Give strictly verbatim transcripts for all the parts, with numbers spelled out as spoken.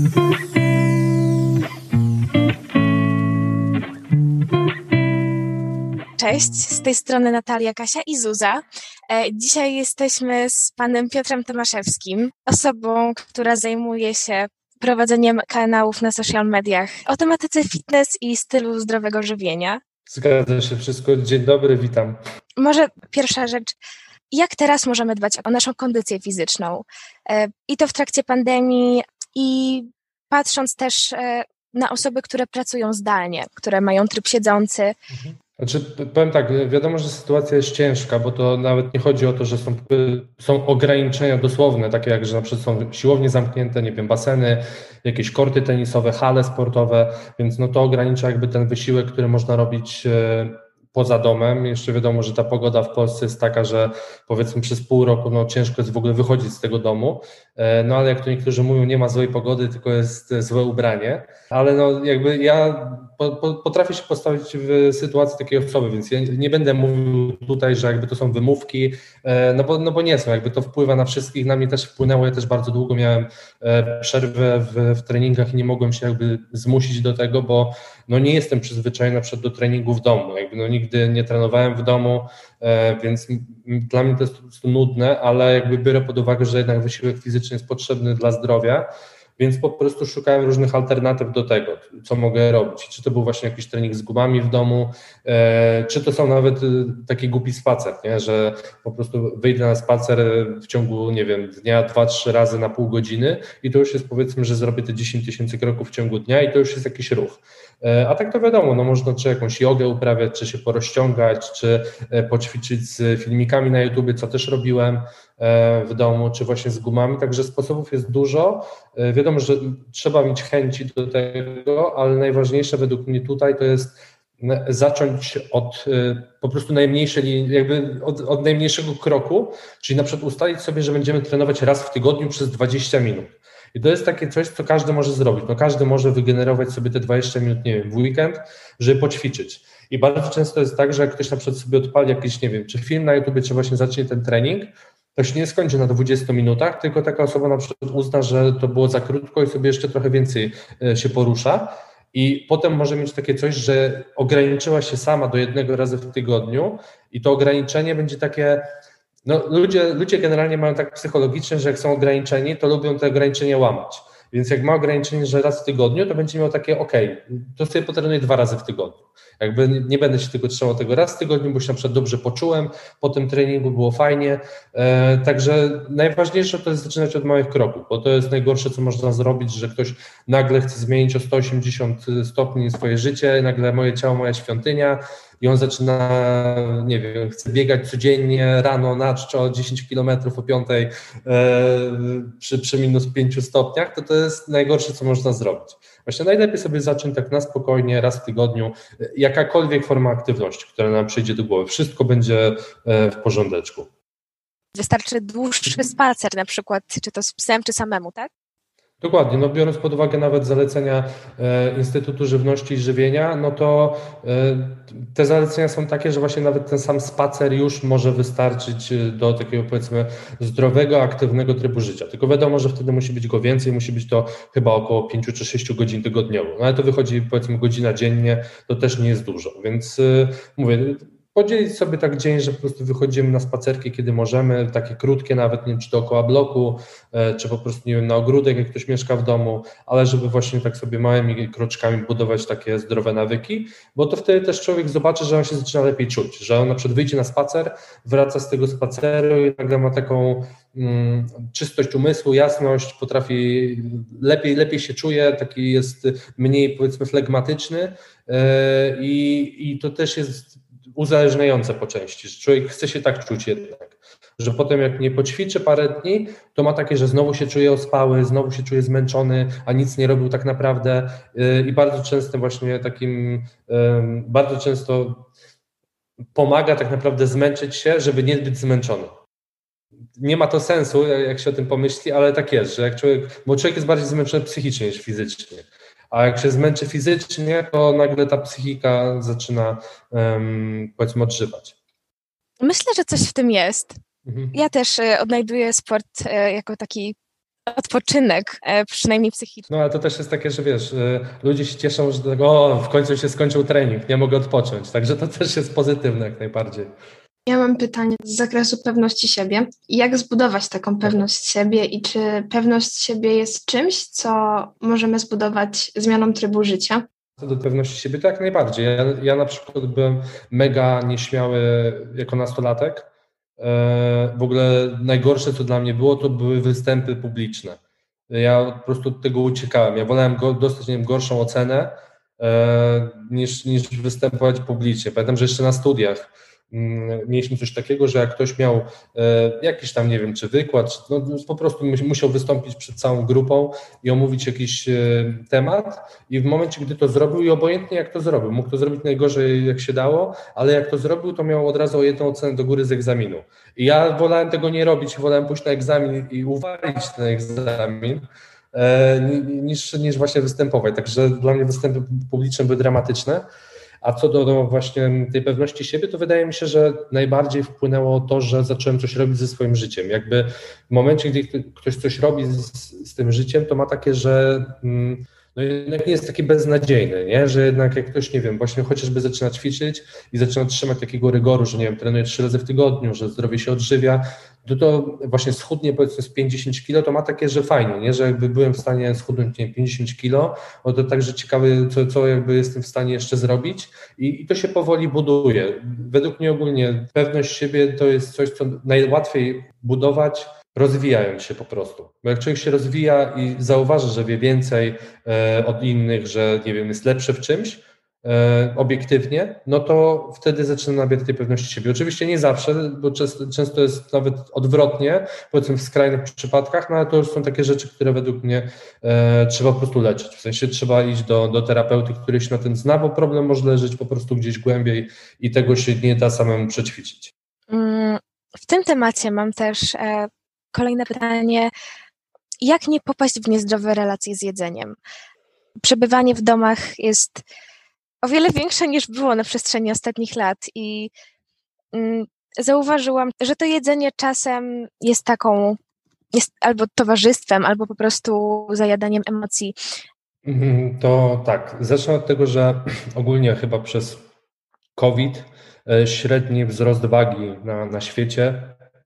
Cześć, z tej strony Natalia, Kasia i Zuza. Dzisiaj jesteśmy z panem Piotrem Tomaszewskim, osobą, która zajmuje się prowadzeniem kanałów na social mediach o tematyce fitness i stylu zdrowego żywienia. Zgadza się wszystko. Dzień dobry, witam. Może pierwsza rzecz, jak teraz możemy dbać o naszą kondycję fizyczną? I to w trakcie pandemii i patrząc też na osoby, które pracują zdalnie, które mają tryb siedzący. Mhm. Znaczy, powiem tak, wiadomo, że sytuacja jest ciężka, bo to nawet nie chodzi o to, że są, są ograniczenia dosłowne, takie jak, że na przykład są siłownie zamknięte, nie wiem, baseny, jakieś korty tenisowe, hale sportowe, więc no to ogranicza jakby ten wysiłek, który można robić poza domem. Jeszcze wiadomo, że ta pogoda w Polsce jest taka, że powiedzmy przez pół roku no ciężko jest w ogóle wychodzić z tego domu, no ale jak to niektórzy mówią, nie ma złej pogody, tylko jest złe ubranie, ale no jakby ja po, po, potrafię się postawić w sytuacji takiej osoby, więc ja nie będę mówił tutaj, że jakby to są wymówki, no bo, no bo nie są, jakby to wpływa na wszystkich, na mnie też wpłynęło, ja też bardzo długo miałem przerwę w, w treningach i nie mogłem się jakby zmusić do tego, bo no nie jestem przyzwyczajony na przykład do treningu w domu, jakby no nigdy nie trenowałem w domu, więc dla mnie to jest po prostu nudne, ale jakby biorę pod uwagę, że jednak wysiłek fizyczny jest potrzebny dla zdrowia, więc po prostu szukałem różnych alternatyw do tego, co mogę robić. Czy to był właśnie jakiś trening z gumami w domu, czy to są nawet taki głupi spacer, nie? Że po prostu wyjdę na spacer w ciągu, nie wiem, dnia dwa, trzy razy na pół godziny i to już jest, powiedzmy, że zrobię te dziesięć tysięcy kroków w ciągu dnia i to już jest jakiś ruch. A tak to wiadomo, no można czy jakąś jogę uprawiać, czy się porozciągać, czy poćwiczyć z filmikami na YouTubie, co też robiłem w domu, czy właśnie z gumami, także sposobów jest dużo. Wiadomo, że trzeba mieć chęci do tego, ale najważniejsze według mnie tutaj to jest zacząć od po prostu najmniejszej, jakby od, od najmniejszego kroku, czyli na przykład ustalić sobie, że będziemy trenować raz w tygodniu przez dwadzieścia minut. I to jest takie coś, co każdy może zrobić. No każdy może wygenerować sobie te dwadzieścia minut, nie wiem, w weekend, żeby poćwiczyć. I bardzo często jest tak, że jak ktoś na przykład sobie odpali jakiś, nie wiem, czy film na YouTube, czy właśnie zacznie ten trening, to się nie skończy na dwudziestu minutach, tylko taka osoba na przykład uzna, że to było za krótko i sobie jeszcze trochę więcej się porusza. I potem może mieć takie coś, że ograniczyła się sama do jednego razy w tygodniu i to ograniczenie będzie takie. No, ludzie, ludzie generalnie mają tak psychologicznie, że jak są ograniczeni, to lubią te ograniczenia łamać. Więc jak ma ograniczenie, że raz w tygodniu, to będzie miał takie, ok, to sobie potrenuję dwa razy w tygodniu. Jakby nie będę się tylko trzymał tego raz w tygodniu, bo się na przykład dobrze poczułem, po tym treningu było fajnie. E, także najważniejsze to jest zaczynać od małych kroków, bo to jest najgorsze, co można zrobić, że ktoś nagle chce zmienić o sto osiemdziesiąt stopni swoje życie, nagle moje ciało, moja świątynia, i on zaczyna, nie wiem, chce biegać codziennie rano na czczo dziesięć kilometrów o piątej e, przy, przy minus pięciu stopniach, to to jest najgorsze, co można zrobić. Właśnie najlepiej sobie zacząć tak na spokojnie, raz w tygodniu, jakakolwiek forma aktywności, która nam przyjdzie do głowy, wszystko będzie w porządeczku. Wystarczy dłuższy spacer na przykład, czy to z psem, czy samemu, tak? Dokładnie, no biorąc pod uwagę nawet zalecenia e, Instytutu Żywności i Żywienia, no to e, te zalecenia są takie, że właśnie nawet ten sam spacer już może wystarczyć do takiego, powiedzmy, zdrowego, aktywnego trybu życia. Tylko wiadomo, że wtedy musi być go więcej, musi być to chyba około pięć czy sześć godzin tygodniowo. No ale to wychodzi, powiedzmy, godzina dziennie, to też nie jest dużo, więc e, mówię, podzielić sobie tak dzień, że po prostu wychodzimy na spacerki, kiedy możemy, takie krótkie nawet, nie wiem, czy dookoła bloku, czy po prostu, nie wiem, na ogródek, jak ktoś mieszka w domu, ale żeby właśnie tak sobie małymi kroczkami budować takie zdrowe nawyki, bo to wtedy też człowiek zobaczy, że on się zaczyna lepiej czuć, że on na przykład wyjdzie na spacer, wraca z tego spaceru i nagle ma taką mm, czystość umysłu, jasność, potrafi, lepiej, lepiej się czuje, taki jest mniej, powiedzmy, flegmatyczny yy, i, i to też jest uzależniające po części, że człowiek chce się tak czuć jednak, że potem jak nie poćwiczy parę dni, to ma takie, że znowu się czuje ospały, znowu się czuje zmęczony, a nic nie robił tak naprawdę i bardzo często właśnie takim, bardzo często pomaga tak naprawdę zmęczyć się, żeby nie być zmęczony. Nie ma to sensu, jak się o tym pomyśli, ale tak jest, że jak człowiek, bo człowiek jest bardziej zmęczony psychicznie niż fizycznie. A jak się zmęczy fizycznie, to nagle ta psychika zaczyna, um, powiedzmy, odżywać. Myślę, że coś w tym jest. Mhm. Ja też odnajduję sport jako taki odpoczynek, przynajmniej psychiczny. No ale to też jest takie, że wiesz, ludzie się cieszą, że tego, o, w końcu się skończył trening, nie mogę odpocząć, także to też jest pozytywne jak najbardziej. Ja mam pytanie z zakresu pewności siebie. Jak zbudować taką pewność siebie i czy pewność siebie jest czymś, co możemy zbudować zmianą trybu życia? Co do pewności siebie, to jak najbardziej. Ja, ja na przykład byłem mega nieśmiały jako nastolatek. W ogóle najgorsze, co dla mnie było, to były występy publiczne. Ja po prostu od tego uciekałem. Ja wolałem go, dostać, nie wiem, gorszą ocenę niż, niż występować publicznie. Pamiętam, że jeszcze na studiach mieliśmy coś takiego, że jak ktoś miał jakiś tam, nie wiem, czy wykład, czy, no, po prostu musiał wystąpić przed całą grupą i omówić jakiś temat i w momencie, gdy to zrobił i obojętnie jak to zrobił, mógł to zrobić najgorzej jak się dało, ale jak to zrobił, to miał od razu o jedną ocenę do góry z egzaminu. I ja wolałem tego nie robić, wolałem pójść na egzamin i uwalić ten egzamin, niż, niż właśnie występować. Także dla mnie występy publiczne były dramatyczne. A co do, do właśnie tej pewności siebie, to wydaje mi się, że najbardziej wpłynęło to, że zacząłem coś robić ze swoim życiem. Jakby w momencie, gdy ktoś coś robi z, z tym życiem, to ma takie, że mm, no jednak nie jest taki beznadziejny, nie? Że jednak jak ktoś, nie wiem, właśnie chociażby zaczyna ćwiczyć i zaczyna trzymać takiego rygoru, że nie wiem, trenuje trzy razy w tygodniu, że zdrowie się odżywia, to, to właśnie schudnie powiedzmy z pięćdziesiąt kilo, to ma takie, że fajnie, nie? Że jakby byłem w stanie schudnąć, nie wiem, pięćdziesiąt kilo, no to także ciekawe, co, co jakby jestem w stanie jeszcze zrobić i, i to się powoli buduje. Według mnie ogólnie pewność siebie to jest coś, co najłatwiej budować, rozwijając się po prostu. Bo jak człowiek się rozwija i zauważy, że wie więcej e, od innych, że nie wiem, jest lepszy w czymś e, obiektywnie, no to wtedy zaczyna nabierać tej pewności siebie. Oczywiście nie zawsze, bo często, często jest nawet odwrotnie, powiedzmy w skrajnych przypadkach, no ale to już są takie rzeczy, które według mnie e, trzeba po prostu leczyć. W sensie trzeba iść do, do terapeuty, który się na tym zna, bo problem może leżeć po prostu gdzieś głębiej i tego się nie da samemu przećwiczyć. W tym temacie mam też e, kolejne pytanie. Jak nie popaść w niezdrowe relacje z jedzeniem? Przebywanie w domach jest o wiele większe niż było na przestrzeni ostatnich lat i mm, zauważyłam, że to jedzenie czasem jest taką, jest albo towarzystwem, albo po prostu zajadaniem emocji. To tak, zacznę od tego, że ogólnie chyba przez COVID średni wzrost wagi na, na świecie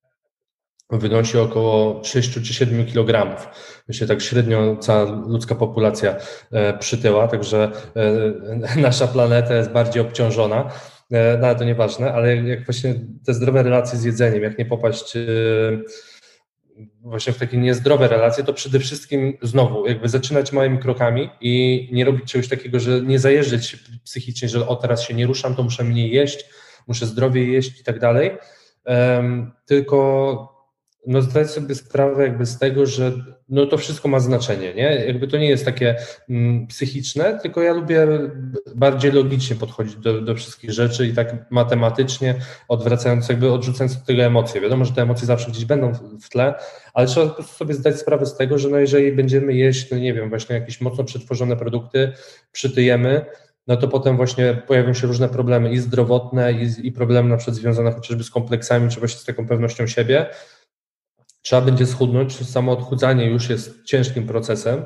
wynosi około sześć czy siedem kilogramów. Myślę, tak średnio cała ludzka populacja przytyła, także nasza planeta jest bardziej obciążona, no ale to nieważne, ale jak właśnie te zdrowe relacje z jedzeniem, jak nie popaść właśnie w takie niezdrowe relacje, to przede wszystkim znowu jakby zaczynać małymi krokami i nie robić czegoś takiego, że nie zajeżdżać się psychicznie, że o teraz się nie ruszam, to muszę mniej jeść, muszę zdrowie jeść i tak dalej, um, tylko no zdać sobie sprawę jakby z tego, że no to wszystko ma znaczenie, nie? Jakby to nie jest takie mm, psychiczne, tylko ja lubię bardziej logicznie podchodzić do, do wszystkich rzeczy i tak matematycznie odwracając, jakby odrzucając od tego emocje. Wiadomo, że te emocje zawsze gdzieś będą w tle, ale trzeba po prostu sobie zdać sprawę z tego, że no jeżeli będziemy jeść, no nie wiem, właśnie jakieś mocno przetworzone produkty, przytyjemy, no to potem właśnie pojawią się różne problemy i zdrowotne, i, i problemy na przykład związane chociażby z kompleksami, czy właśnie z taką pewnością siebie. Trzeba będzie schudnąć, samo odchudzanie już jest ciężkim procesem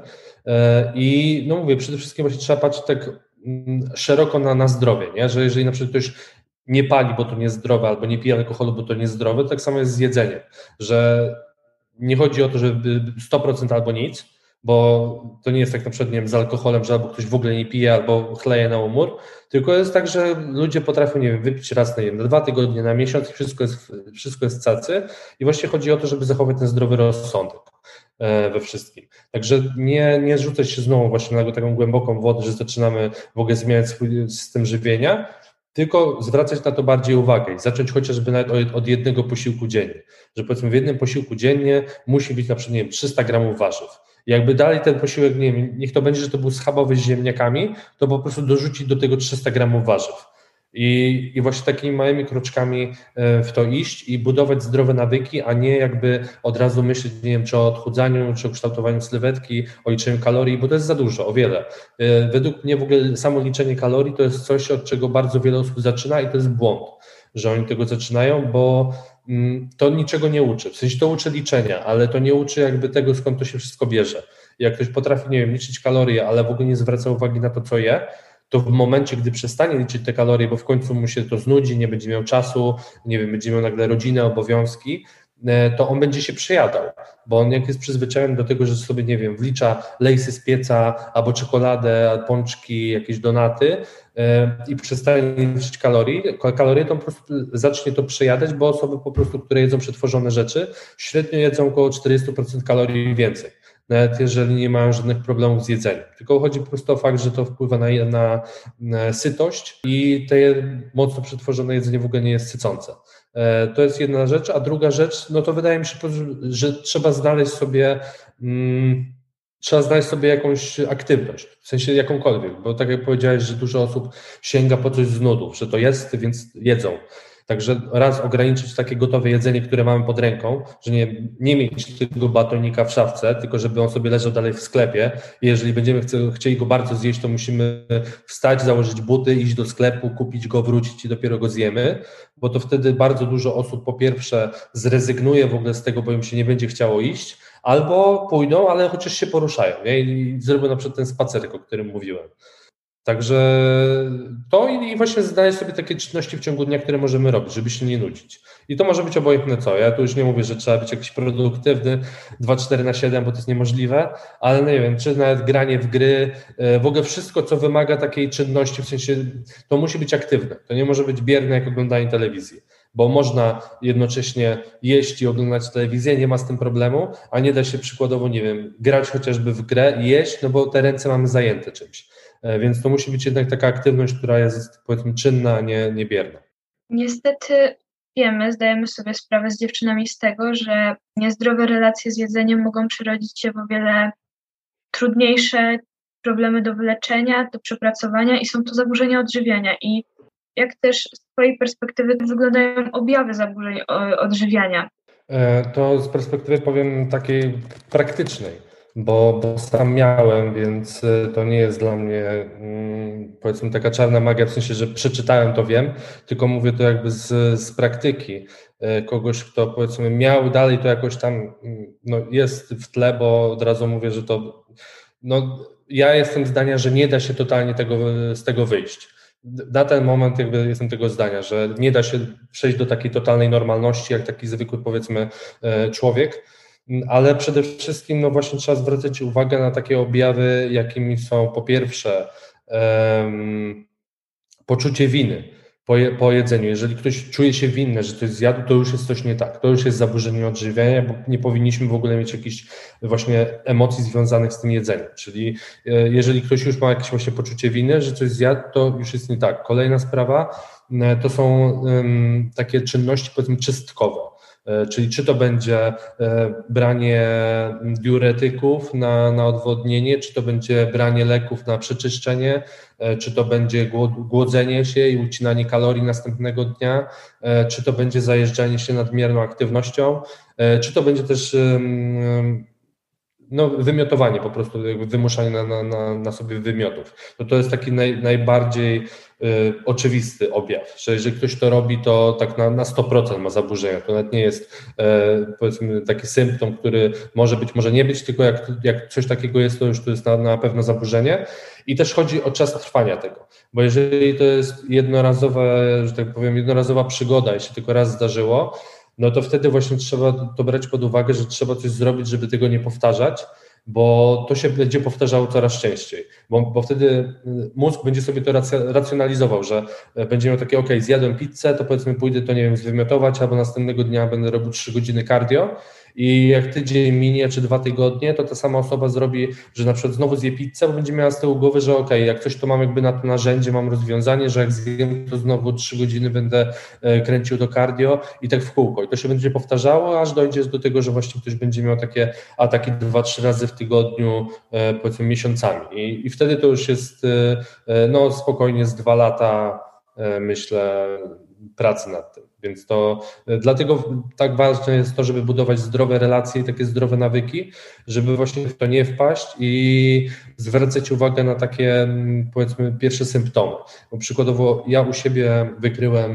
i no mówię, przede wszystkim właśnie trzeba patrzeć tak szeroko na, na zdrowie, nie? Że jeżeli na przykład ktoś nie pali, bo to niezdrowe, albo nie pije alkoholu, bo to niezdrowe, tak samo jest z jedzeniem, że nie chodzi o to, żeby sto procent albo nic, bo to nie jest tak na przykład, nie wiem, z alkoholem, że albo ktoś w ogóle nie pije, albo chleje na umór, tylko jest tak, że ludzie potrafią, nie wiem, wypić raz na, nie wiem, na dwa tygodnie, na miesiąc i wszystko jest, wszystko jest cacy i właśnie chodzi o to, żeby zachować ten zdrowy rozsądek we wszystkim. Także nie, nie rzucać się znowu właśnie na taką głęboką wodę, że zaczynamy w ogóle zmieniać swój system żywienia, tylko zwracać na to bardziej uwagę i zacząć chociażby nawet od, od jednego posiłku dziennie, że powiedzmy w jednym posiłku dziennie musi być na przykład, nie wiem, trzysta gramów warzyw. Jakby dalej ten posiłek, nie wiem, niech to będzie, że to był schabowy z ziemniakami, to po prostu dorzucić do tego trzysta gramów warzyw. I, I właśnie takimi małymi kroczkami w to iść i budować zdrowe nawyki, a nie jakby od razu myśleć, nie wiem, czy o odchudzaniu, czy o kształtowaniu sylwetki, o liczeniu kalorii, bo to jest za dużo, o wiele. Według mnie w ogóle samo liczenie kalorii to jest coś, od czego bardzo wiele osób zaczyna i to jest błąd, że oni tego zaczynają, bo to niczego nie uczy. W sensie to uczy liczenia, ale to nie uczy jakby tego, skąd to się wszystko bierze. Jak ktoś potrafi, nie wiem, liczyć kalorie, ale w ogóle nie zwraca uwagi na to, co je, to w momencie, gdy przestanie liczyć te kalorie, bo w końcu mu się to znudzi, nie będzie miał czasu, nie wiem, będzie miał nagle rodzinę, obowiązki, to on będzie się przejadał, bo on jak jest przyzwyczajony do tego, że sobie, nie wiem, wlicza lejsy z pieca, albo czekoladę, pączki, jakieś donaty i przestanie liczyć kalorii, kalorie, to on po prostu zacznie to przejadać, bo osoby po prostu, które jedzą przetworzone rzeczy, średnio jedzą około czterdzieści procent kalorii więcej, nawet jeżeli nie mają żadnych problemów z jedzeniem. Tylko chodzi po prostu o fakt, że to wpływa na, na, na sytość i te mocno przetworzone jedzenie w ogóle nie jest sycące. To jest jedna rzecz, a druga rzecz, no to wydaje mi się, że trzeba znaleźć sobie hmm, trzeba znaleźć sobie jakąś aktywność, w sensie jakąkolwiek, bo tak jak powiedziałeś, że dużo osób sięga po coś z nudów, że to jest, więc jedzą. Także raz ograniczyć takie gotowe jedzenie, które mamy pod ręką, że nie, nie mieć tego batonika w szafce, tylko żeby on sobie leżał dalej w sklepie. I jeżeli będziemy chce, chcieli go bardzo zjeść, to musimy wstać, założyć buty, iść do sklepu, kupić go, wrócić i dopiero go zjemy, bo to wtedy bardzo dużo osób po pierwsze zrezygnuje w ogóle z tego, bo im się nie będzie chciało iść, albo pójdą, ale chociaż się poruszają, nie? I zrobią na przykład ten spacerek, o którym mówiłem. Także to i właśnie znaleźć sobie takie czynności w ciągu dnia, które możemy robić, żeby się nie nudzić. I to może być obojętne co. Ja tu już nie mówię, że trzeba być jakiś produktywny dwadzieścia cztery na siedem, bo to jest niemożliwe, ale nie wiem, czy nawet granie w gry, w ogóle wszystko, co wymaga takiej czynności, w sensie to musi być aktywne. To nie może być bierne jak oglądanie telewizji, bo można jednocześnie jeść i oglądać telewizję, nie ma z tym problemu, a nie da się przykładowo, nie wiem, grać chociażby w grę i jeść, no bo te ręce mamy zajęte czymś. Więc to musi być jednak taka aktywność, która jest, powiedzmy, czynna, a nie, nie bierna. Niestety wiemy, zdajemy sobie sprawę z dziewczynami z tego, że niezdrowe relacje z jedzeniem mogą przerodzić się w o wiele trudniejsze problemy do wyleczenia, do przepracowania i są to zaburzenia odżywiania. I jak też z twojej perspektywy wyglądają objawy zaburzeń odżywiania? To z perspektywy, powiem, takiej praktycznej. Bo, bo sam miałem, więc to nie jest dla mnie, powiedzmy, taka czarna magia, w sensie, że przeczytałem, to wiem, tylko mówię to jakby z, z praktyki kogoś, kto, powiedzmy, miał, dalej to jakoś tam no, jest w tle, bo od razu mówię, że to, no, ja jestem zdania, że nie da się totalnie tego, z tego wyjść. Na ten moment jakby jestem tego zdania, że nie da się przejść do takiej totalnej normalności, jak taki zwykły, powiedzmy, człowiek. Ale przede wszystkim no właśnie trzeba zwracać uwagę na takie objawy, jakimi są po pierwsze um, poczucie winy po, je, po jedzeniu. Jeżeli ktoś czuje się winny, że coś zjadł, to już jest coś nie tak. To już jest zaburzenie odżywiania, bo nie powinniśmy w ogóle mieć jakichś właśnie emocji związanych z tym jedzeniem. Czyli jeżeli ktoś już ma jakieś właśnie poczucie winy, że coś zjadł, to już jest nie tak. Kolejna sprawa to są um, takie czynności, powiedzmy, czystkowe. Czyli czy to będzie branie diuretyków na, na odwodnienie, czy to będzie branie leków na przeczyszczenie, czy to będzie głodzenie się i ucinanie kalorii następnego dnia, czy to będzie zajeżdżanie się nadmierną aktywnością, czy to będzie też no, wymiotowanie, po prostu jakby wymuszanie na, na, na, na sobie wymiotów. No to jest taki naj, najbardziej y, oczywisty objaw, że jeżeli ktoś to robi, to tak na, na sto procent ma zaburzenia. To nawet nie jest y, powiedzmy taki symptom, który może być, może nie być, tylko jak, jak coś takiego jest, to już to jest na, na pewno zaburzenie. I też chodzi o czas trwania tego, bo jeżeli to jest jednorazowa, że tak powiem, jednorazowa przygoda i się tylko raz zdarzyło, no to wtedy właśnie trzeba to brać pod uwagę, że trzeba coś zrobić, żeby tego nie powtarzać, bo to się będzie powtarzało coraz częściej, bo, bo wtedy mózg będzie sobie to racjonalizował, że będzie miał takie, ok, zjadłem pizzę, to powiedzmy pójdę to, nie wiem, zwymiotować, albo następnego dnia będę robił trzy godziny cardio i jak tydzień minie, czy dwa tygodnie, to ta sama osoba zrobi, że na przykład znowu zje pizzę, bo będzie miała z tyłu głowy, że ok, jak coś to mam jakby na to narzędzie, mam rozwiązanie, że jak zjem, to znowu trzy godziny będę kręcił do cardio i tak w kółko. I to się będzie powtarzało, aż dojdzie do tego, że właśnie ktoś będzie miał takie ataki dwa, trzy razy w tygodniu, powiedzmy miesiącami. I, i wtedy to już jest no spokojnie z dwa lata, myślę, pracy nad tym. Więc to dlatego tak ważne jest to, żeby budować zdrowe relacje i takie zdrowe nawyki, żeby właśnie w to nie wpaść i zwracać uwagę na takie, powiedzmy, pierwsze symptomy. Bo przykładowo ja u siebie wykryłem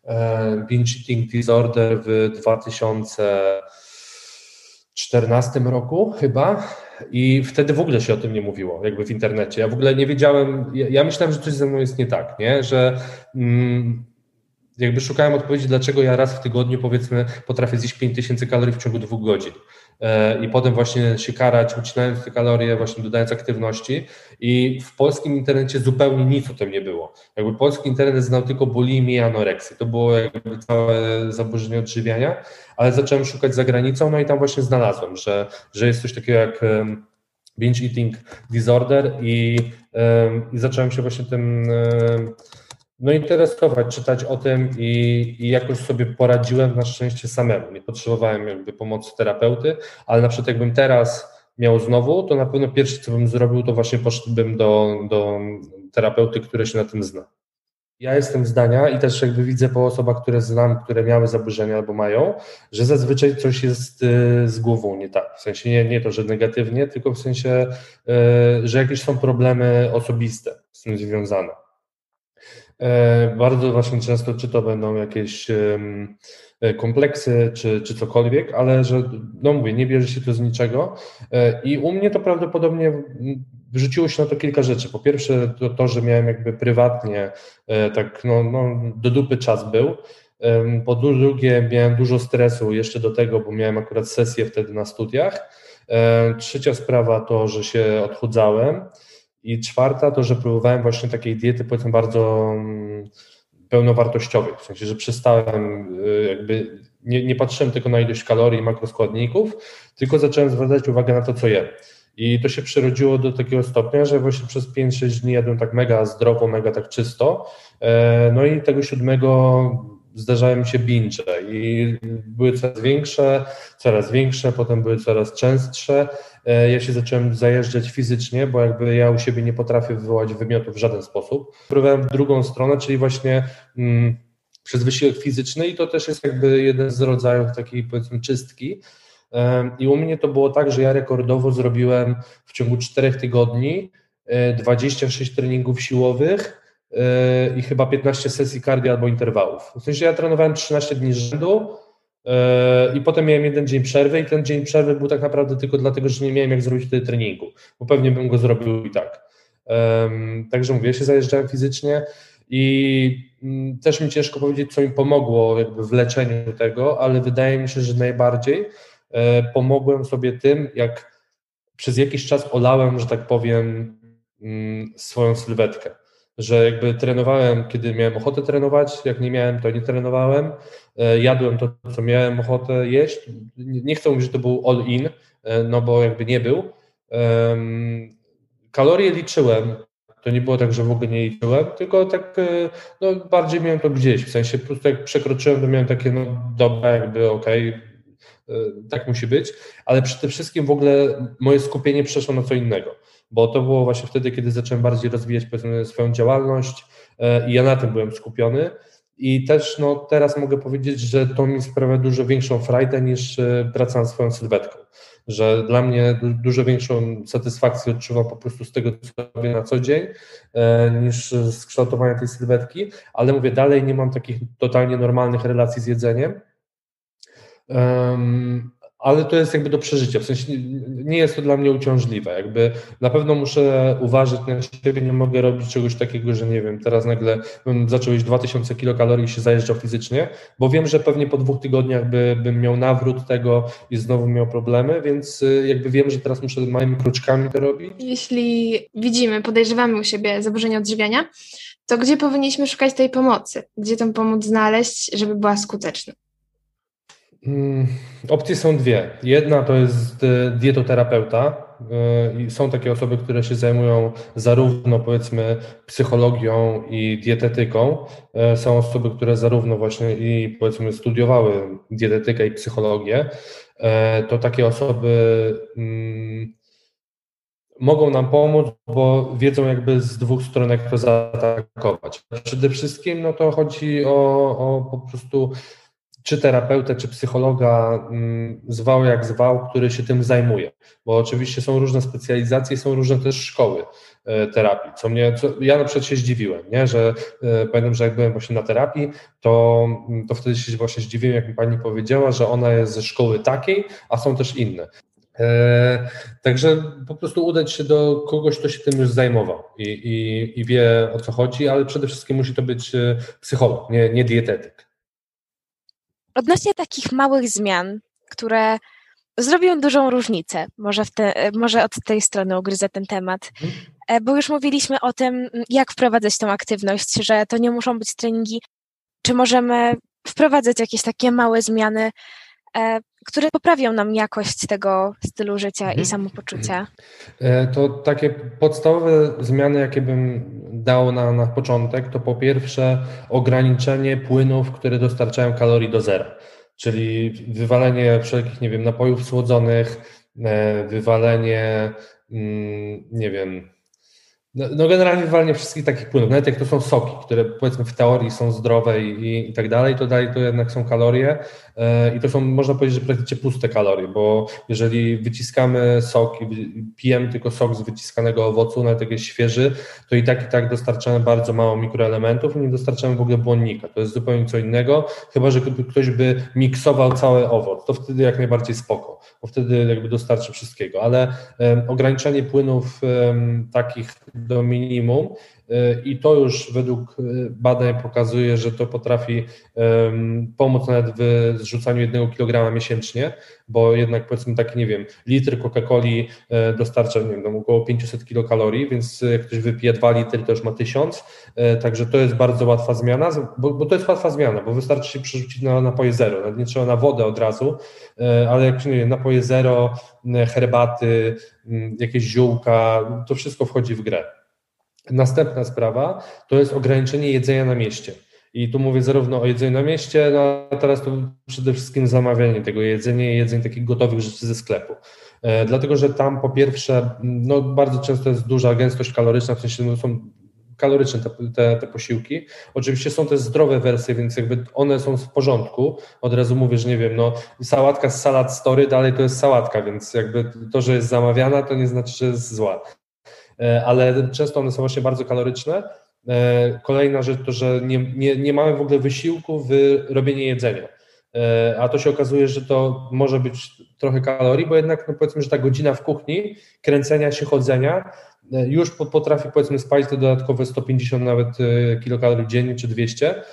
Binge Eating Disorder w dwa tysiące czternastym roku chyba i wtedy w ogóle się o tym nie mówiło, jakby w internecie. Ja w ogóle nie wiedziałem, ja, ja myślałem, że coś ze mną jest nie tak, nie? Że mm, jakby szukałem odpowiedzi, dlaczego ja raz w tygodniu, powiedzmy, potrafię zjeść pięć tysięcy kalorii w ciągu dwóch godzin. I potem właśnie się karać, ucinając te kalorie, właśnie dodając aktywności i w polskim internecie zupełnie nic o tym nie było. Jakby polski internet znał tylko bulimię i anoreksję. To było jakby całe zaburzenie odżywiania, ale zacząłem szukać za granicą, no i tam właśnie znalazłem, że, że jest coś takiego jak um, binge eating disorder i, um, i zacząłem się właśnie tym um, no interesować, czytać o tym i, i jakoś sobie poradziłem na szczęście samemu. Nie potrzebowałem jakby pomocy terapeuty, ale na przykład jakbym teraz miał znowu, to na pewno pierwsze, co bym zrobił, to właśnie poszedłbym do, do terapeuty, który się na tym zna. Ja jestem zdania i też jakby widzę po osobach, które znam, które miały zaburzenia albo mają, że zazwyczaj coś jest z głową nie tak. W sensie nie, nie to, że negatywnie, tylko w sensie, że jakieś są problemy osobiste z tym związane. Bardzo właśnie często, czy to będą jakieś kompleksy, czy, czy cokolwiek, ale że, no mówię, nie bierze się to z niczego i u mnie to prawdopodobnie wrzuciło się na to kilka rzeczy. Po pierwsze to, to że miałem jakby prywatnie tak no, no, do dupy czas był. Po drugie miałem dużo stresu jeszcze do tego, bo miałem akurat sesję wtedy na studiach. Trzecia sprawa to, że się odchudzałem. I czwarta to, że próbowałem właśnie takiej diety, powiedzmy, bardzo pełnowartościowej, w sensie, że przestałem jakby, nie, nie patrzyłem tylko na ilość kalorii i makroskładników, tylko zacząłem zwracać uwagę na to, co jem. I to się przerodziło do takiego stopnia, że właśnie przez pięć sześć dni jadłem tak mega zdrowo, mega tak czysto, no i tego siódmego zdarzały mi się binge i były coraz większe, coraz większe, potem były coraz częstsze. Ja się zacząłem zajeżdżać fizycznie, bo jakby ja u siebie nie potrafię wywołać wymiotu w żaden sposób. Próbowałem w drugą stronę, czyli właśnie mm, przez wysiłek fizyczny i to też jest jakby jeden z rodzajów takiej, powiedzmy, czystki. I u mnie to było tak, że ja rekordowo zrobiłem w ciągu czterech tygodni dwadzieścia sześć treningów siłowych i chyba piętnaście sesji cardio albo interwałów. W sensie ja trenowałem trzynaście dni z rzędu i potem miałem jeden dzień przerwy i ten dzień przerwy był tak naprawdę tylko dlatego, że nie miałem jak zrobić wtedy treningu, bo pewnie bym go zrobił i tak. Także mówię, ja się zajeżdżałem fizycznie i też mi ciężko powiedzieć, co mi pomogło jakby w leczeniu tego, ale wydaje mi się, że najbardziej pomogłem sobie tym, jak przez jakiś czas olałem, że tak powiem, swoją sylwetkę. Że jakby trenowałem, kiedy miałem ochotę trenować, jak nie miałem, to nie trenowałem, jadłem to, co miałem ochotę jeść. Nie chcę mówić, że to był all in, no bo jakby nie był. Kalorie liczyłem, to nie było tak, że w ogóle nie liczyłem, tylko tak no, bardziej miałem to gdzieś, w sensie po prostu jak przekroczyłem, to miałem takie, no dobra, jakby okej, okay, tak musi być, ale przede wszystkim w ogóle moje skupienie przeszło na co innego. Bo to było właśnie wtedy, kiedy zacząłem bardziej rozwijać, powiedzmy, swoją działalność i ja na tym byłem skupiony i też no, teraz mogę powiedzieć, że to mi sprawia dużo większą frajdę niż praca nad swoją sylwetką, że dla mnie dużo większą satysfakcję odczuwam po prostu z tego, co robię na co dzień, niż z kształtowania tej sylwetki, ale mówię, dalej nie mam takich totalnie normalnych relacji z jedzeniem, um, ale to jest jakby do przeżycia, w sensie nie jest to dla mnie uciążliwe, jakby na pewno muszę uważać na siebie, nie mogę robić czegoś takiego, że nie wiem, teraz nagle bym zaczął jeść dwa tysiące kilokalorii i się zajeżdżał fizycznie, bo wiem, że pewnie po dwóch tygodniach by, bym miał nawrót tego i znowu miał problemy, więc jakby wiem, że teraz muszę małymi kroczkami to robić. Jeśli widzimy, podejrzewamy u siebie zaburzenia odżywiania, to gdzie powinniśmy szukać tej pomocy? Gdzie tę pomoc znaleźć, żeby była skuteczna? Opcje są dwie. Jedna to jest dietoterapeuta i są takie osoby, które się zajmują zarówno, powiedzmy, psychologią i dietetyką. Są osoby, które zarówno właśnie i, powiedzmy, studiowały dietetykę i psychologię. To takie osoby mm, mogą nam pomóc, bo wiedzą jakby z dwóch stron, jak to zaatakować. Przede wszystkim no to chodzi o, o po prostu czy terapeutę, czy psychologa, zwał jak zwał, który się tym zajmuje, bo oczywiście są różne specjalizacje, są różne też szkoły terapii, co mnie, co ja na przykład się zdziwiłem, nie? Że e, pamiętam, że jak byłem właśnie na terapii, to, to wtedy się właśnie zdziwiłem, jak mi pani powiedziała, że ona jest ze szkoły takiej, a są też inne. E, także po prostu udać się do kogoś, kto się tym już zajmował i, i, i wie, o co chodzi, ale przede wszystkim musi to być psycholog, nie, nie dietetyk. Odnośnie takich małych zmian, które zrobią dużą różnicę, może, w te, może od tej strony ugryzę ten temat, bo już mówiliśmy o tym, jak wprowadzać tą aktywność, że to nie muszą być treningi, czy możemy wprowadzać jakieś takie małe zmiany, które poprawią nam jakość tego stylu życia mhm. i samopoczucia. To takie podstawowe zmiany, jakie bym dał na, na początek, to po pierwsze ograniczenie płynów, które dostarczają kalorii do zera, czyli wywalenie wszelkich, nie wiem, napojów słodzonych, wywalenie, nie wiem, No, no generalnie wywalenie wszystkich takich płynów, nawet jak to są soki, które powiedzmy w teorii są zdrowe i, i, i tak dalej, to dalej to jednak są kalorie yy, i to są, można powiedzieć, że praktycznie puste kalorie, bo jeżeli wyciskamy sok i pijemy tylko sok z wyciskanego owocu, nawet jak jest świeży, to i tak i tak dostarczamy bardzo mało mikroelementów i nie dostarczamy w ogóle błonnika, to jest zupełnie co innego, chyba że ktoś by miksował cały owoc, to wtedy jak najbardziej spoko, bo wtedy jakby dostarczy wszystkiego, ale yy, ograniczenie płynów yy, takich do minimum i to już według badań pokazuje, że to potrafi pomóc nawet w zrzucaniu jednego kilograma miesięcznie, bo jednak powiedzmy taki, nie wiem, litr Coca-Coli dostarcza, nie wiem, około pięćset kilokalorii, więc jak ktoś wypije dwa litry, to już ma tysiąc, także to jest bardzo łatwa zmiana, bo, bo to jest łatwa zmiana, bo wystarczy się przerzucić na napoje zero, nawet nie trzeba na wodę od razu, ale jak nie wiem, napoje zero, herbaty, jakieś ziółka, to wszystko wchodzi w grę. Następna sprawa to jest ograniczenie jedzenia na mieście. I tu mówię zarówno o jedzeniu na mieście, no a teraz to przede wszystkim zamawianie tego jedzenia i jedzenie takich gotowych rzeczy ze sklepu. E, dlatego, że tam po pierwsze no, bardzo często jest duża gęstość kaloryczna, w sensie no, są kaloryczne te, te, te posiłki. Oczywiście są też zdrowe wersje, więc jakby one są w porządku. Od razu mówię, że nie wiem, no sałatka z Salad Story dalej to jest sałatka, więc jakby to, że jest zamawiana, to nie znaczy, że jest zła. Ale często one są właśnie bardzo kaloryczne. Kolejna rzecz to, że nie, nie, nie mamy w ogóle wysiłku w robienie jedzenia, a to się okazuje, że to może być trochę kalorii, bo jednak no powiedzmy, że ta godzina w kuchni, kręcenia się, chodzenia już potrafi powiedzmy spalić te dodatkowe sto pięćdziesiąt nawet kilokalorii dziennie czy dwieście,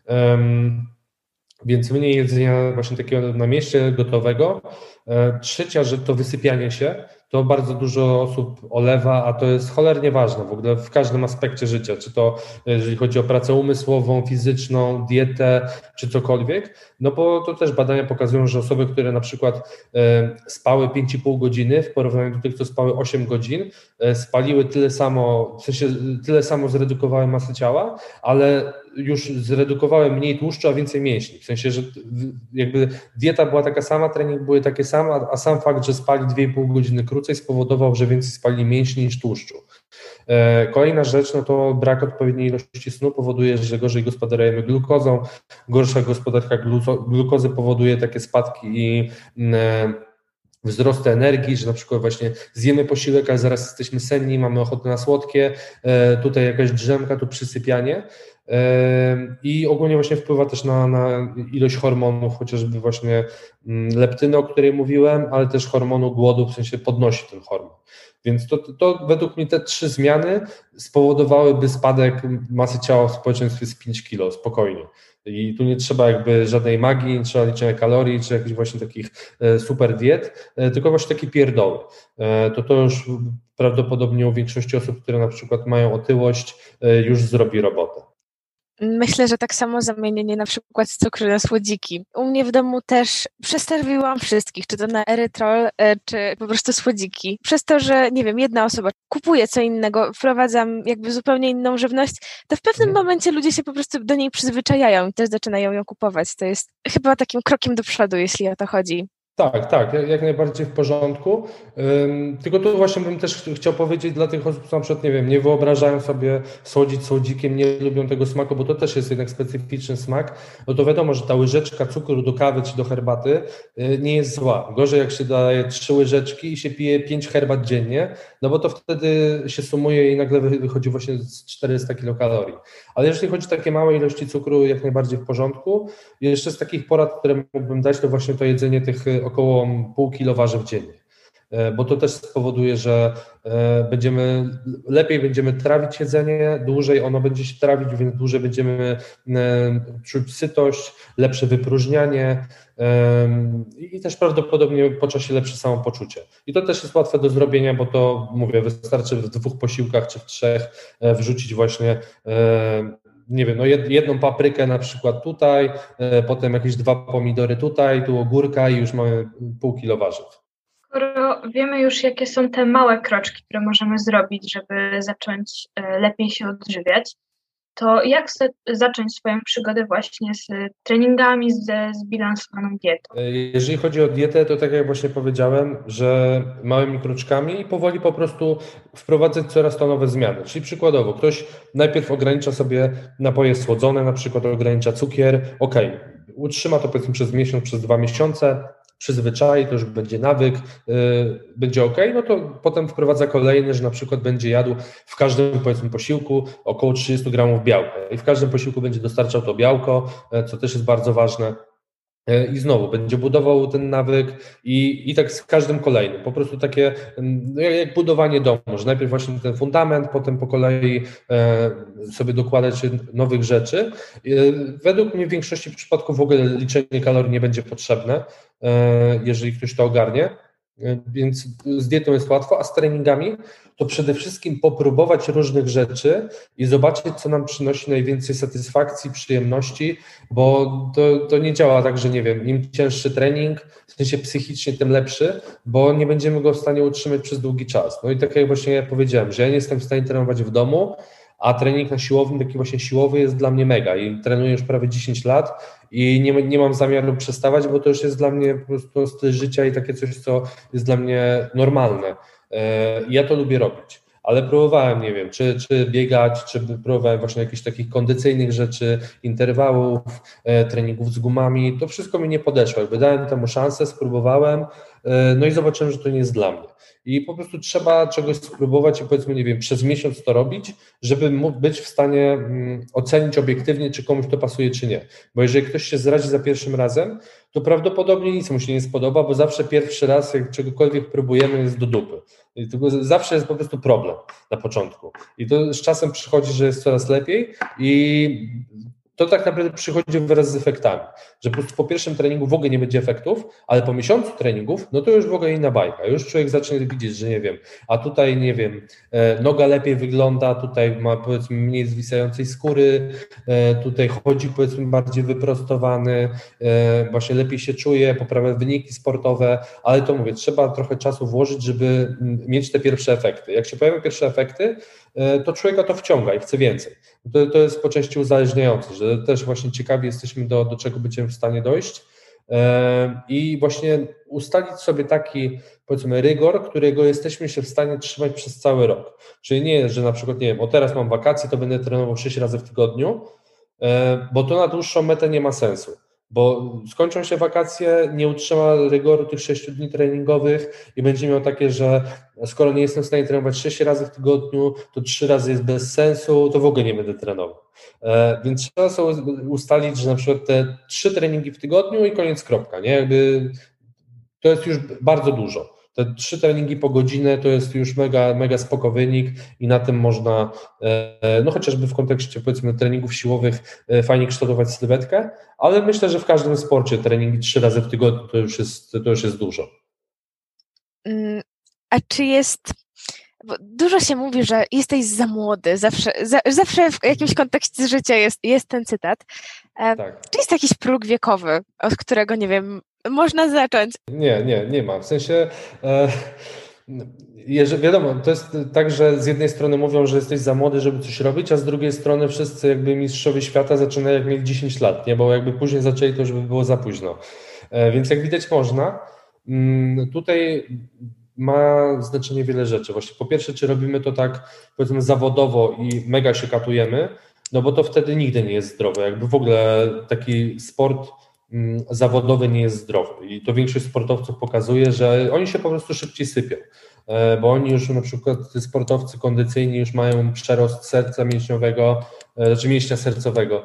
więc mniej jedzenia właśnie takiego na mieście gotowego. Trzecia rzecz to wysypianie się. To bardzo dużo osób olewa, a to jest cholernie ważne w ogóle w każdym aspekcie życia, czy to jeżeli chodzi o pracę umysłową, fizyczną, dietę, czy cokolwiek, no bo to też badania pokazują, że osoby, które na przykład spały pięć i pół godziny w porównaniu do tych, co spały osiem godzin, spaliły tyle samo, w sensie tyle samo zredukowały masę ciała, ale już zredukowały mniej tłuszczu, a więcej mięśni. W sensie, że jakby dieta była taka sama, trening były takie same, a sam fakt, że spali dwie i pół godziny krócej spowodował, że więcej spali mięśni niż tłuszczu. Kolejna rzecz, no to brak odpowiedniej ilości snu powoduje, że gorzej gospodarujemy glukozą, gorsza gospodarka glukozy powoduje takie spadki i wzrost energii, że na przykład właśnie zjemy posiłek, ale zaraz jesteśmy senni, mamy ochotę na słodkie, tutaj jakaś drzemka, tu przysypianie i ogólnie właśnie wpływa też na, na ilość hormonów, chociażby właśnie leptyny, o której mówiłem, ale też hormonu głodu, w sensie podnosi ten hormon. Więc to, to, to według mnie te trzy zmiany spowodowałyby spadek masy ciała w społeczeństwie z pięć kilo, spokojnie. I tu nie trzeba jakby żadnej magii, nie trzeba liczenia kalorii, czy jakichś właśnie takich super diet, tylko właśnie takie pierdoły. To to już prawdopodobnie u większości osób, które na przykład mają otyłość, już zrobi robotę. Myślę, że tak samo zamienienie na przykład cukru na słodziki. U mnie w domu też przestawiłam wszystkich, czy to na erytrol, czy po prostu słodziki. Przez to, że nie wiem, jedna osoba kupuje co innego, wprowadzam jakby zupełnie inną żywność, to w pewnym hmm. momencie ludzie się po prostu do niej przyzwyczajają i też zaczynają ją kupować. To jest chyba takim krokiem do przodu, jeśli o to chodzi. Tak, tak, jak, jak najbardziej w porządku. Ym, tylko tu właśnie bym też ch- chciał powiedzieć dla tych osób, co na przykład, nie wiem, nie wyobrażają sobie słodzić słodzikiem, nie lubią tego smaku, bo to też jest jednak specyficzny smak, no to wiadomo, że ta łyżeczka cukru do kawy czy do herbaty y, nie jest zła. Gorzej jak się daje trzy łyżeczki i się pije pięć herbat dziennie, no bo to wtedy się sumuje i nagle wy- wychodzi właśnie z czterysta kilokalorii. Ale jeżeli chodzi o takie małe ilości cukru, jak najbardziej w porządku. I jeszcze z takich porad, które mógłbym dać, to właśnie to jedzenie tych y, około pół kilo warzyw dziennie, E, bo to też spowoduje, że e, będziemy lepiej będziemy trawić jedzenie, dłużej ono będzie się trawić, więc dłużej będziemy e, czuć sytość, lepsze wypróżnianie e, i też prawdopodobnie po czasie lepsze samopoczucie. I to też jest łatwe do zrobienia, bo to mówię, wystarczy w dwóch posiłkach czy w trzech e, wrzucić właśnie e, nie wiem, no jed- jedną paprykę na przykład tutaj, e, potem jakieś dwa pomidory tutaj, tu ogórka i już mamy pół kilo warzyw. Skoro wiemy już, jakie są te małe kroczki, które możemy zrobić, żeby zacząć e, lepiej się odżywiać, to jak za- zacząć swoją przygodę właśnie z treningami, ze zbilansowaną dietą? E, Jeżeli chodzi o dietę, to tak jak właśnie powiedziałem, że małymi kroczkami i powoli po prostu wprowadzać coraz to nowe zmiany. Czyli przykładowo, ktoś najpierw ogranicza sobie napoje słodzone, na przykład ogranicza cukier, ok, utrzyma to powiedzmy przez miesiąc, przez dwa miesiące, przyzwyczai, to już będzie nawyk, yy, będzie ok, no to potem wprowadza kolejny, że na przykład będzie jadł w każdym powiedzmy posiłku około trzydzieści gramów białka i w każdym posiłku będzie dostarczał to białko, e, co też jest bardzo ważne. E, I znowu będzie budował ten nawyk i, i tak z każdym kolejnym. Po prostu takie mm, no jak jak budowanie domu, że najpierw właśnie ten fundament, potem po kolei e, sobie dokładać nowych rzeczy. E, według mnie w większości przypadków w ogóle liczenie kalorii nie będzie potrzebne, e, jeżeli ktoś to ogarnie. E, Więc z dietą jest łatwo, a z treningami to przede wszystkim popróbować różnych rzeczy i zobaczyć, co nam przynosi najwięcej satysfakcji, przyjemności, bo to, to nie działa tak, że nie wiem, im cięższy trening, w sensie psychicznie, tym lepszy, bo nie będziemy go w stanie utrzymać przez długi czas. No i tak jak właśnie ja powiedziałem, że ja nie jestem w stanie trenować w domu, a trening na siłowni, taki właśnie siłowy jest dla mnie mega i trenuję już prawie dziesięć lat i nie, nie mam zamiaru przestawać, bo to już jest dla mnie po prostu styl życia i takie coś, co jest dla mnie normalne. E, Ja to lubię robić, ale próbowałem, nie wiem, czy, czy biegać, czy próbowałem właśnie jakichś takich kondycyjnych rzeczy, interwałów, e, treningów z gumami, to wszystko mi nie podeszło. Jakby dałem temu szansę, spróbowałem, e, no i zobaczyłem, że to nie jest dla mnie. I po prostu trzeba czegoś spróbować i powiedzmy, nie wiem, przez miesiąc to robić, żeby mógł być w stanie mm, ocenić obiektywnie, czy komuś to pasuje, czy nie. Bo jeżeli ktoś się zradzi za pierwszym razem, to prawdopodobnie nic mu się nie spodoba, bo zawsze pierwszy raz, jak czegokolwiek próbujemy, jest do dupy. I tylko zawsze jest po prostu problem na początku. I to z czasem przychodzi, że jest coraz lepiej i to tak naprawdę przychodzi wraz z efektami, że po prostu po pierwszym treningu w ogóle nie będzie efektów, ale po miesiącu treningów, no to już w ogóle inna bajka. Już człowiek zacznie widzieć, że nie wiem, a tutaj nie wiem, e, noga lepiej wygląda, tutaj ma powiedzmy mniej zwisającej skóry, e, tutaj chodzi powiedzmy bardziej wyprostowany, e, właśnie lepiej się czuje, poprawia wyniki sportowe, ale to mówię, trzeba trochę czasu włożyć, żeby mm, mieć te pierwsze efekty. Jak się pojawią pierwsze efekty, e, to człowieka to wciąga i chce więcej. To, to jest po części uzależniające, że też właśnie ciekawi jesteśmy do, do czego będziemy w stanie dojść e, i właśnie ustalić sobie taki powiedzmy rygor, którego jesteśmy się w stanie trzymać przez cały rok. Czyli nie, że na przykład nie wiem, o teraz mam wakacje, to będę trenował sześć razy w tygodniu, e, bo to na dłuższą metę nie ma sensu. Bo skończą się wakacje, nie utrzyma rygoru tych sześciu dni treningowych i będzie miał takie, że skoro nie jestem w stanie trenować sześć razy w tygodniu, to trzy razy jest bez sensu, to w ogóle nie będę trenował. E, więc trzeba sobie ustalić, że na przykład te trzy treningi w tygodniu i koniec, kropka. Nie? Jakby to jest już bardzo dużo. Te trzy treningi po godzinę to jest już mega, mega spoko wynik i na tym można, e, no chociażby w kontekście powiedzmy treningów siłowych e, fajnie kształtować sylwetkę, ale myślę, że w każdym sporcie treningi trzy razy w tygodniu to już jest, to już jest dużo. Mm, A czy jest, bo dużo się mówi, że jesteś za młody, zawsze, za, zawsze w jakimś kontekście życia jest, jest ten cytat. E, Tak. Czy jest jakiś próg wiekowy, od którego, nie wiem, można zacząć? Nie, nie, nie ma. W sensie, e, jeżeli, wiadomo, to jest tak, że z jednej strony mówią, że jesteś za młody, żeby coś robić, a z drugiej strony wszyscy jakby mistrzowie świata zaczynają jak mieli dziesięć lat, nie? Bo jakby później zaczęli, to już by było za późno. E, więc jak widać można. Tutaj ma znaczenie wiele rzeczy. Właśnie po pierwsze, czy robimy to tak, powiedzmy, zawodowo i mega się katujemy, no bo to wtedy nigdy nie jest zdrowe. Jakby w ogóle taki sport zawodowy nie jest zdrowy i to większość sportowców pokazuje, że oni się po prostu szybciej sypią, bo oni już na przykład sportowcy kondycyjni już mają przerost serca mięśniowego, znaczy mięśnia sercowego,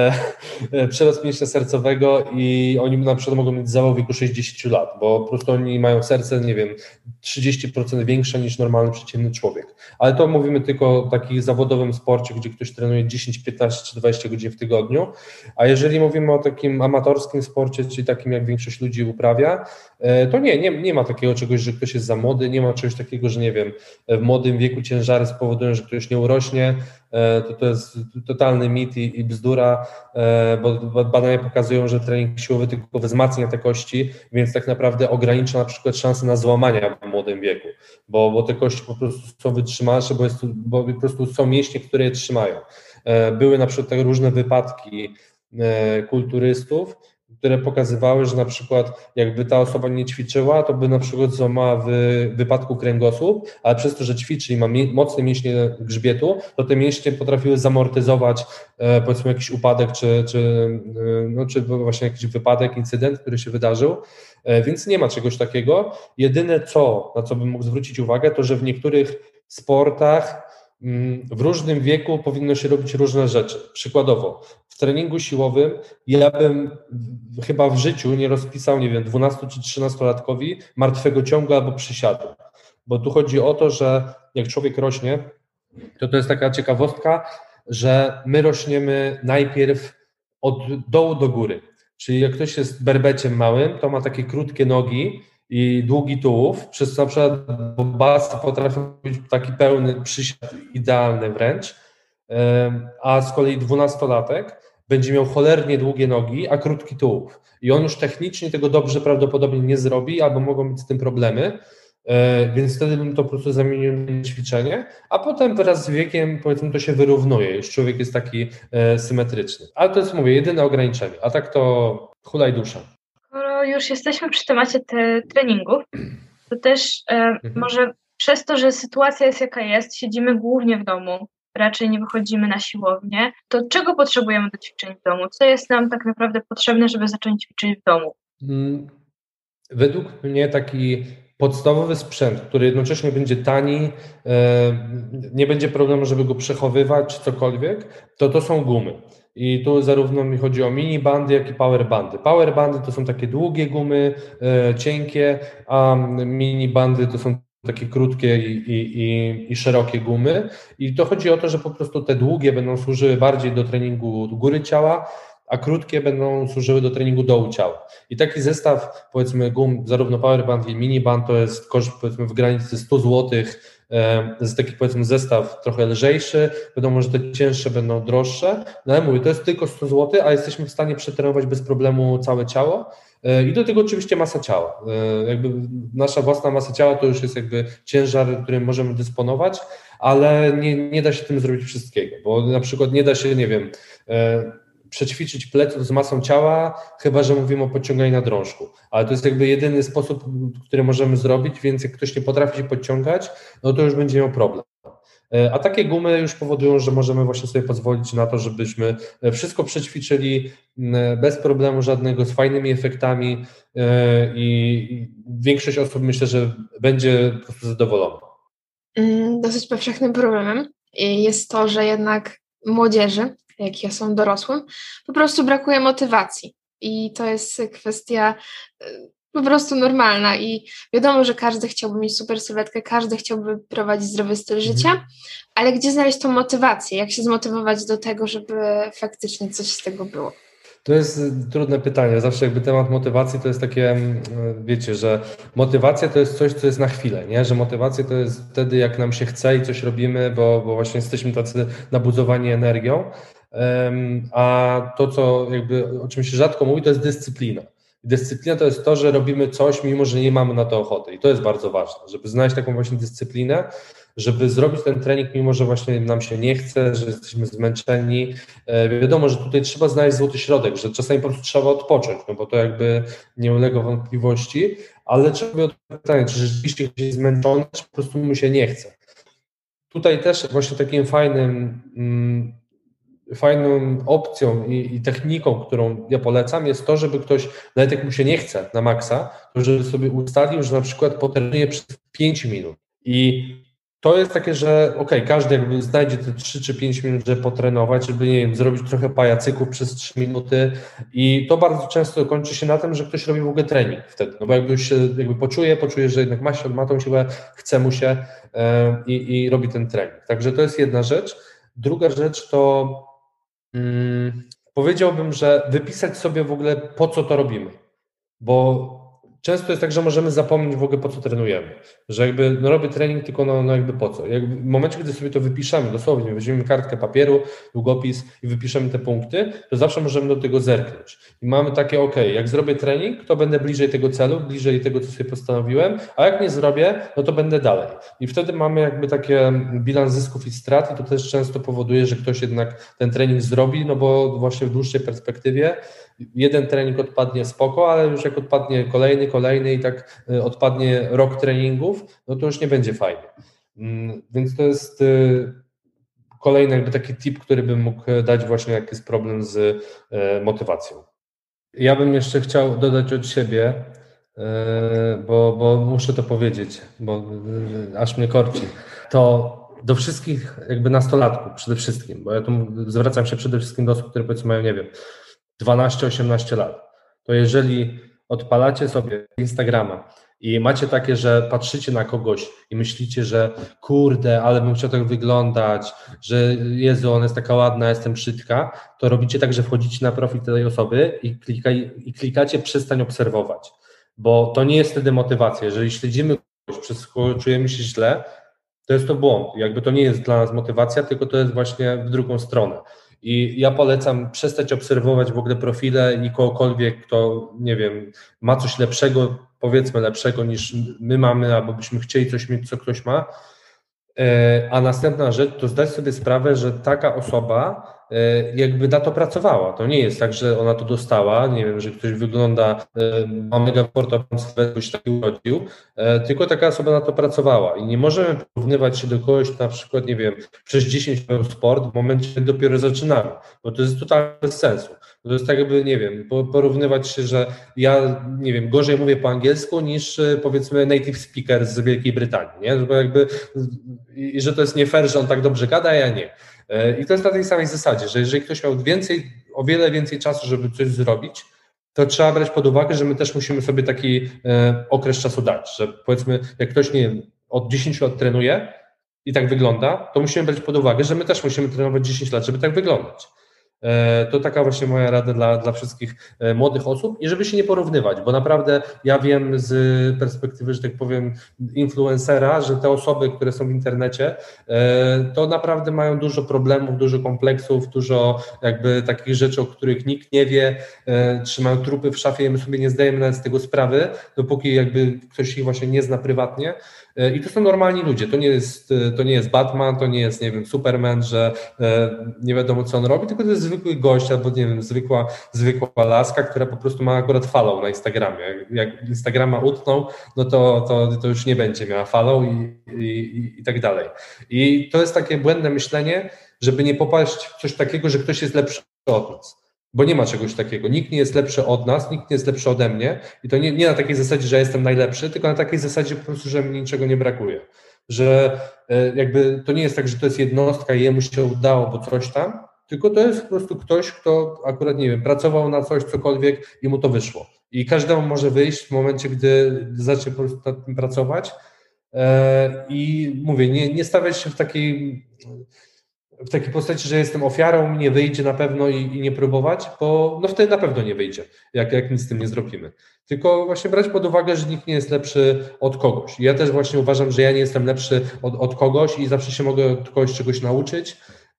przerost mięśnia sercowego i oni na przykład mogą mieć zawał w wieku sześćdziesięciu lat, bo po prostu oni mają serce, nie wiem, trzydzieści procent większe niż normalny, przeciętny człowiek. Ale to mówimy tylko o takim zawodowym sporcie, gdzie ktoś trenuje dziesięć, piętnaście czy dwadzieścia godzin w tygodniu, a jeżeli mówimy o takim amatorskim sporcie, czyli takim jak większość ludzi uprawia, to nie, nie, nie ma takiego czegoś, że ktoś jest za młody, nie ma czegoś takiego, że nie wiem, w młodym wieku ciężary spowodują, że ktoś nie urośnie, to to jest totalny mit i, i bzdura, bo badania pokazują, że trening siłowy tylko wzmacnia te kości, więc tak naprawdę ogranicza na przykład szanse na złamania w młodym wieku, bo, bo te kości po prostu są wytrzymalsze, bo, jest, bo po prostu są mięśnie, które je trzymają. Były na przykład tak różne wypadki kulturystów, które pokazywały, że na przykład jakby ta osoba nie ćwiczyła, to by na przykład złamała w wypadku kręgosłup, ale przez to, że ćwiczy i ma mocne mięśnie grzbietu, to te mięśnie potrafiły zamortyzować e, powiedzmy jakiś upadek, czy, czy, e, no, czy właśnie jakiś wypadek, incydent, który się wydarzył, e, więc nie ma czegoś takiego. Jedyne co, na co bym mógł zwrócić uwagę, to że w niektórych sportach w różnym wieku powinno się robić różne rzeczy. Przykładowo, w treningu siłowym ja bym chyba w życiu nie rozpisał, nie wiem, dwunasto czy trzynastolatkowi martwego ciągu albo przysiadu. Bo tu chodzi o to, że jak człowiek rośnie, to to jest taka ciekawostka, że my rośniemy najpierw od dołu do góry. Czyli jak ktoś jest berbeciem małym, to ma takie krótkie nogi i długi tułów, przez co na przykład bobasy potrafią być taki pełny przysiad, idealny wręcz, a z kolei dwunastolatek będzie miał cholernie długie nogi, a krótki tułów. I on już technicznie tego dobrze prawdopodobnie nie zrobi, albo mogą być z tym problemy, więc wtedy bym to po prostu zamienił na ćwiczenie, a potem wraz z wiekiem, powiedzmy, to się wyrównuje, już człowiek jest taki symetryczny. Ale to jest, mówię, jedyne ograniczenie, a tak to hulaj dusza. Skoro już jesteśmy przy temacie te treningów, to też e, mhm. może przez to, że sytuacja jest jaka jest, siedzimy głównie w domu, raczej nie wychodzimy na siłownię, to czego potrzebujemy do ćwiczeń w domu? Co jest nam tak naprawdę potrzebne, żeby zacząć ćwiczyć w domu? Według mnie taki podstawowy sprzęt, który jednocześnie będzie tani, nie będzie problemu, żeby go przechowywać czy cokolwiek, to to są gumy. I tu zarówno mi chodzi o mini bandy, jak i power bandy. Power bandy to są takie długie gumy, e, cienkie, a mini bandy to są takie krótkie i, i, i, i szerokie gumy. I to chodzi o to, że po prostu te długie będą służyły bardziej do treningu góry ciała, a krótkie będą służyły do treningu dołu ciała. I taki zestaw, powiedzmy, gum, zarówno power band, jak i mini band, to jest koszt, powiedzmy, w granicy sto złotych. To jest taki, powiedzmy, zestaw trochę lżejszy, wiadomo, że te cięższe będą droższe, no ale mówię, to jest tylko sto złotych, a jesteśmy w stanie przetrenować bez problemu całe ciało i do tego oczywiście masa ciała. Jakby nasza własna masa ciała to już jest jakby ciężar, którym możemy dysponować, ale nie, nie da się tym zrobić wszystkiego, bo na przykład nie da się, nie wiem, przećwiczyć pleców z masą ciała, chyba że mówimy o podciąganiu na drążku. Ale to jest jakby jedyny sposób, który możemy zrobić, więc jak ktoś nie potrafi się podciągać, no to już będzie miał problem. A takie gumy już powodują, że możemy właśnie sobie pozwolić na to, żebyśmy wszystko przećwiczyli bez problemu żadnego, z fajnymi efektami i większość osób, myślę, że będzie po prostu zadowolona. Dosyć powszechnym problemem jest to, że jednak młodzieży, jak ja są dorosłym, po prostu brakuje motywacji i to jest kwestia po prostu normalna i wiadomo, że każdy chciałby mieć super sylwetkę, każdy chciałby prowadzić zdrowy styl życia, ale gdzie znaleźć tą motywację, jak się zmotywować do tego, żeby faktycznie coś z tego było? To jest trudne pytanie. Zawsze jakby temat motywacji to jest takie, wiecie, że motywacja to jest coś, co jest na chwilę, nie? Że motywacja to jest wtedy, jak nam się chce i coś robimy, bo, bo właśnie jesteśmy tacy nabudzowani energią, a to, co jakby, o czym się rzadko mówi, to jest dyscyplina. Dyscyplina to jest to, że robimy coś, mimo że nie mamy na to ochoty i to jest bardzo ważne, żeby znaleźć taką właśnie dyscyplinę, żeby zrobić ten trening, mimo że właśnie nam się nie chce, że jesteśmy zmęczeni. Wiadomo, że tutaj trzeba znaleźć złoty środek, że czasami po prostu trzeba odpocząć, no bo to jakby nie ulega wątpliwości, ale trzeba sobie odpowiedzieć pytanie, czy rzeczywiście ktoś jest zmęczony, czy po prostu mu się nie chce. Tutaj też właśnie takim fajnym, mm, fajną opcją i, i techniką, którą ja polecam, jest to, żeby ktoś, nawet jak mu się nie chce na maksa, to żeby sobie ustalił, że na przykład potrenuje przez pięć minut. I to jest takie, że okej, okay, każdy jakby znajdzie te trzy czy pięć minut, żeby potrenować, żeby, nie wiem, zrobić trochę pajacyków przez trzy minuty i to bardzo często kończy się na tym, że ktoś robi w ogóle trening wtedy, no bo jakby się jakby poczuje, poczuje, że jednak ma, się, ma tą siłę, chce mu się yy, i, i robi ten trening. Także to jest jedna rzecz. Druga rzecz to yy, powiedziałbym, że wypisać sobie w ogóle, po co to robimy, bo często jest tak, że możemy zapomnieć w ogóle, po co trenujemy, że jakby no robię trening tylko no, no jakby po co. Jakby w momencie, gdy sobie to wypiszemy, dosłownie weźmiemy kartkę papieru, długopis i wypiszemy te punkty, to zawsze możemy do tego zerknąć. I mamy takie, ok, jak zrobię trening, to będę bliżej tego celu, bliżej tego, co sobie postanowiłem, a jak nie zrobię, no to będę dalej. I wtedy mamy jakby takie bilans zysków i strat i to też często powoduje, że ktoś jednak ten trening zrobi, no bo właśnie w dłuższej perspektywie jeden trening odpadnie spoko, ale już jak odpadnie kolejny, kolejny i tak odpadnie rok treningów, no to już nie będzie fajnie. Więc to jest kolejny jakby taki tip, który bym mógł dać właśnie, jak jest problem z motywacją. Ja bym jeszcze chciał dodać od siebie, bo, bo muszę to powiedzieć, bo aż mnie korci. To do wszystkich jakby nastolatków przede wszystkim, bo ja tu zwracam się przede wszystkim do osób, które powiedzmy mają, nie wiem, dwanaście osiemnaście lat, to jeżeli odpalacie sobie Instagrama i macie takie, że patrzycie na kogoś i myślicie, że kurde, ale bym chciał tak wyglądać, że Jezu, ona jest taka ładna, jestem brzydka, to robicie tak, że wchodzicie na profil tej osoby i, klika, i klikacie przestań obserwować, bo to nie jest wtedy motywacja. Jeżeli śledzimy kogoś, przez kogo czujemy się źle, to jest to błąd. Jakby to nie jest dla nas motywacja, tylko to jest właśnie w drugą stronę. I ja polecam przestać obserwować w ogóle profile i kogokolwiek, kto, nie wiem, ma coś lepszego, powiedzmy lepszego niż my mamy, albo byśmy chcieli coś mieć, co ktoś ma. A następna rzecz, to zdać sobie sprawę, że taka osoba jakby na to pracowała. To nie jest tak, że ona to dostała, nie wiem, że ktoś wygląda, ma mega sportowy, ktoś taki urodził, tylko taka osoba na to pracowała i nie możemy porównywać się do kogoś, na przykład, nie wiem, przez dziesięć lat sport w momencie, kiedy dopiero zaczynamy, bo to jest totalnie bez sensu. To jest tak jakby, nie wiem, porównywać się, że ja, nie wiem, gorzej mówię po angielsku niż powiedzmy native speaker z Wielkiej Brytanii, nie? Bo jakby, i że to jest nie fair, że on tak dobrze gada, a ja nie. I to jest na tej samej zasadzie, że jeżeli ktoś miał więcej, o wiele więcej czasu, żeby coś zrobić, to trzeba brać pod uwagę, że my też musimy sobie taki okres czasu dać, że powiedzmy, jak ktoś, nie wiem, od dziesięciu lat trenuje i tak wygląda, to musimy brać pod uwagę, że my też musimy trenować dziesięć lat, żeby tak wyglądać. To taka właśnie moja rada dla, dla wszystkich młodych osób i żeby się nie porównywać, bo naprawdę ja wiem z perspektywy, że tak powiem, influencera, że te osoby, które są w internecie, to naprawdę mają dużo problemów, dużo kompleksów, dużo jakby takich rzeczy, o których nikt nie wie, trzymają trupy w szafie i my sobie nie zdajemy nawet z tego sprawy, dopóki jakby ktoś ich właśnie nie zna prywatnie. I to są normalni ludzie, to nie jest, to nie jest Batman, to nie jest, nie wiem, Superman, że nie wiadomo, co on robi, tylko to jest zwykły gość albo, nie wiem, zwykła, zwykła laska, która po prostu ma akurat follow na Instagramie. Jak Instagrama utną, no to, to, to już nie będzie miała follow i, i, i tak dalej. I to jest takie błędne myślenie, żeby nie popaść w coś takiego, że ktoś jest lepszy od nas. Bo nie ma czegoś takiego. Nikt nie jest lepszy od nas, nikt nie jest lepszy ode mnie i to nie, nie na takiej zasadzie, że ja jestem najlepszy, tylko na takiej zasadzie po prostu, że mi niczego nie brakuje. Że jakby to nie jest tak, że to jest jednostka i jemu się udało, bo coś tam, tylko to jest po prostu ktoś, kto akurat, nie wiem, pracował na coś, cokolwiek i mu to wyszło. I każdemu może wyjść w momencie, gdy zacznie po prostu nad tym pracować i mówię, nie, nie stawiać się w takiej... w takiej postaci, że jestem ofiarą, mi nie wyjdzie na pewno i, i nie próbować, bo no wtedy na pewno nie wyjdzie, jak, jak nic z tym nie zrobimy. Tylko właśnie brać pod uwagę, że nikt nie jest lepszy od kogoś. I ja też właśnie uważam, że ja nie jestem lepszy od, od kogoś i zawsze się mogę od kogoś czegoś nauczyć,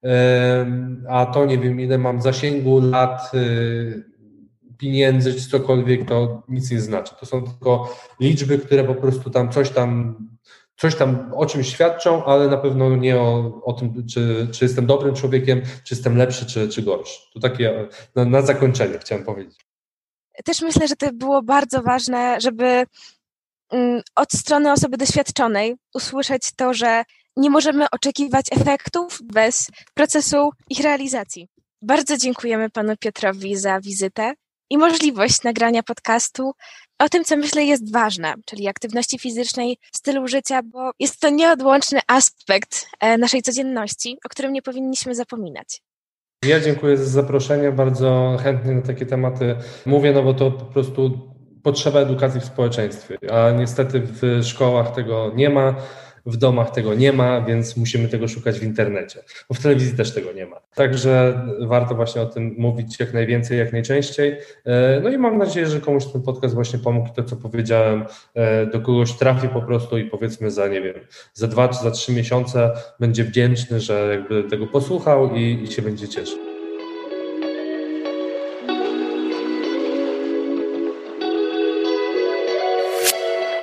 a to nie wiem, ile mam zasięgu, lat, pieniędzy czy cokolwiek, to nic nie znaczy. To są tylko liczby, które po prostu tam coś tam coś tam o czymś świadczą, ale na pewno nie o, o tym, czy, czy jestem dobrym człowiekiem, czy jestem lepszy, czy, czy gorszy. To takie na, na zakończenie chciałem powiedzieć. Też myślę, że to było bardzo ważne, żeby od strony osoby doświadczonej usłyszeć to, że nie możemy oczekiwać efektów bez procesu ich realizacji. Bardzo dziękujemy panu Piotrowi za wizytę i możliwość nagrania podcastu o tym, co myślę jest ważne, czyli aktywności fizycznej, stylu życia, bo jest to nieodłączny aspekt naszej codzienności, o którym nie powinniśmy zapominać. Ja dziękuję za zaproszenie, bardzo chętnie na takie tematy mówię, no bo to po prostu potrzeba edukacji w społeczeństwie, a niestety w szkołach tego nie ma, w domach tego nie ma, więc musimy tego szukać w internecie, bo w telewizji też tego nie ma. Także warto właśnie o tym mówić jak najwięcej, jak najczęściej. No i mam nadzieję, że komuś ten podcast właśnie pomógł i to, co powiedziałem, do kogoś trafi po prostu i powiedzmy za, nie wiem, za dwa czy za trzy miesiące będzie wdzięczny, że jakby tego posłuchał i, i się będzie cieszył.